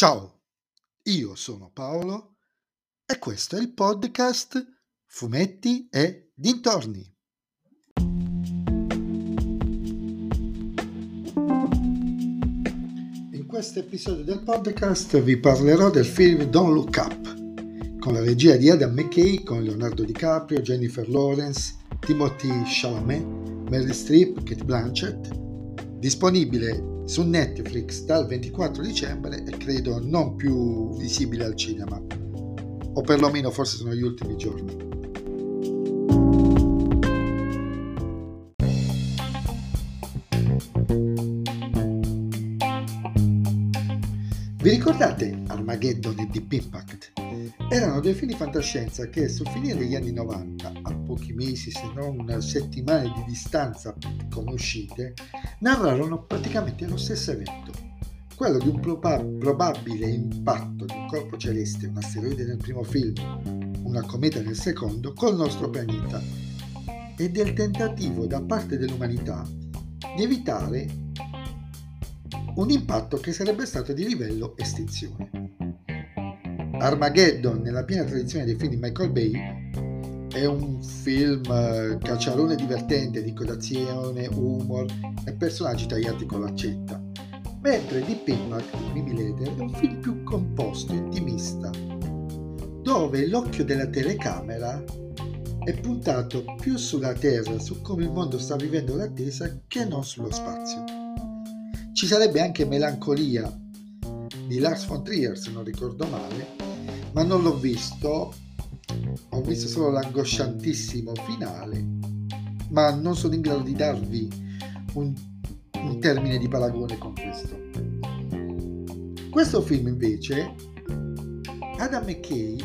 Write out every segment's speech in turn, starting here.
Ciao, io sono Paolo e questo è il podcast Fumetti e Dintorni. In questo episodio del podcast vi parlerò del film Don't Look Up, con la regia di Adam McKay, con Leonardo DiCaprio, Jennifer Lawrence, Timothée Chalamet, Meryl Streep, Cate Blanchett, disponibile su Netflix dal 24 dicembre e credo non più visibile al cinema, o perlomeno forse sono gli ultimi giorni. Vi ricordate Armageddon e Deep Impact? Erano due film di fantascienza che sul finire degli anni 90, a pochi mesi se non settimane di distanza come uscite, narrarono praticamente lo stesso evento, quello di un probabile impatto di un corpo celeste, un asteroide nel primo film, una cometa nel secondo, col nostro pianeta, e del tentativo da parte dell'umanità di evitare un impatto che sarebbe stato di livello estinzione. Armageddon, nella piena tradizione dei film di Michael Bay, è un film cacciarone divertente di codazione, humor e personaggi tagliati con l'accetta, mentre Deep Impact di Mimi Leder è un film più composto, intimista, dove l'occhio della telecamera è puntato più sulla Terra, su come il mondo sta vivendo l'attesa, che non sullo spazio. Ci sarebbe anche Melancolia di Lars von Trier, se non ricordo male, ma non l'ho visto, ho visto solo l'angosciantissimo finale, ma non sono in grado di darvi un termine di paragone con questo. Questo film invece, Adam McKay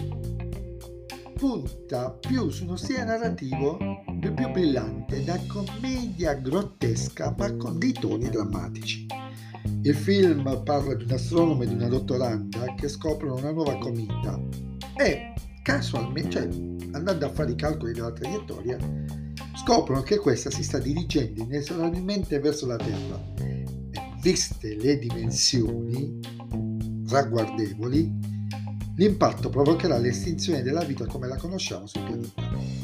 punta più su uno stile narrativo più brillante, da commedia grottesca ma con dei toni drammatici. Il film parla di un astronomo e di una dottoranda che scoprono una nuova cometa e casualmente, andando a fare i calcoli della traiettoria, scoprono che questa si sta dirigendo inesorabilmente verso la Terra e, viste le dimensioni ragguardevoli, l'impatto provocherà l'estinzione della vita come la conosciamo sul pianeta.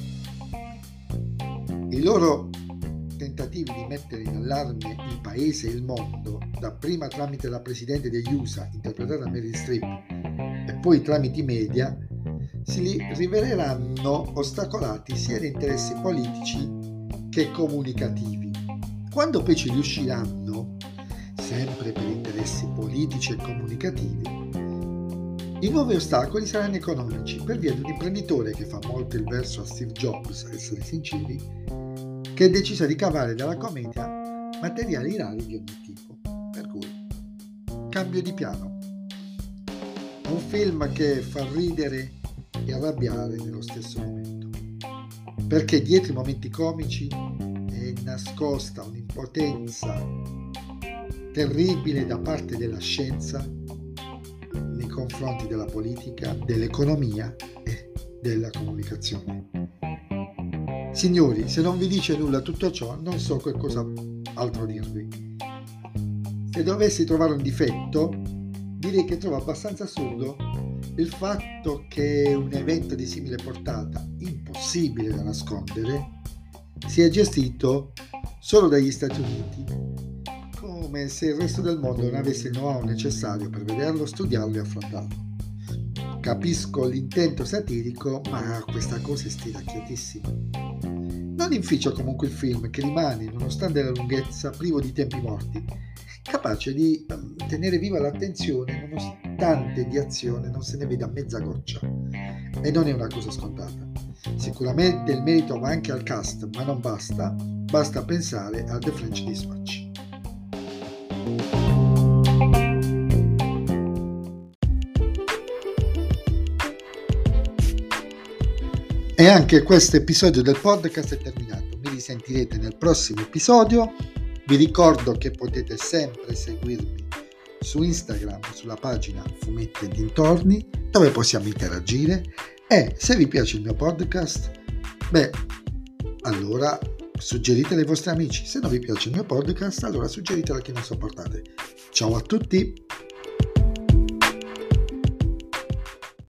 I loro tentativi di mettere in allarme il paese e il mondo, dapprima tramite la presidente degli USA, interpretata da Meryl Streep, e poi tramite i media, si riveleranno ostacolati sia da interessi politici che comunicativi. Quando poi ci riusciranno, sempre per interessi politici e comunicativi, i nuovi ostacoli saranno economici, per via di un imprenditore che fa molto il verso a Steve Jobs, a essere sinceri, che decisa di cavare dalla cometa materiali rari di ogni tipo. Per cui, cambio di piano. È un film che fa ridere e arrabbiare nello stesso momento, perché dietro i momenti comici è nascosta un'impotenza terribile da parte della scienza nei confronti della politica, dell'economia e della comunicazione. Signori, se non vi dice nulla tutto ciò, non so che cosa altro dirvi. Se dovessi trovare un difetto, direi che trovo abbastanza assurdo il fatto che un evento di simile portata, impossibile da nascondere, sia gestito solo dagli Stati Uniti, come se il resto del mondo non avesse il know-how necessario per vederlo, studiarlo e affrontarlo. Capisco l'intento satirico, ma questa cosa è stiracchiatissima. Non inficia comunque il film, che rimane, nonostante la lunghezza, privo di tempi morti, capace di tenere viva l'attenzione nonostante di azione non se ne veda mezza goccia. E non è una cosa scontata. Sicuramente il merito va anche al cast, ma non basta pensare a The French Dispatch. E anche questo episodio del podcast è terminato. Mi risentirete nel prossimo episodio. Vi ricordo che potete sempre seguirmi su Instagram, sulla pagina Fumetti e Dintorni, dove possiamo interagire, e se vi piace il mio podcast, allora suggeritelo ai vostri amici. Se non vi piace il mio podcast, allora suggeritelo a chi non sopportate. Ciao a tutti!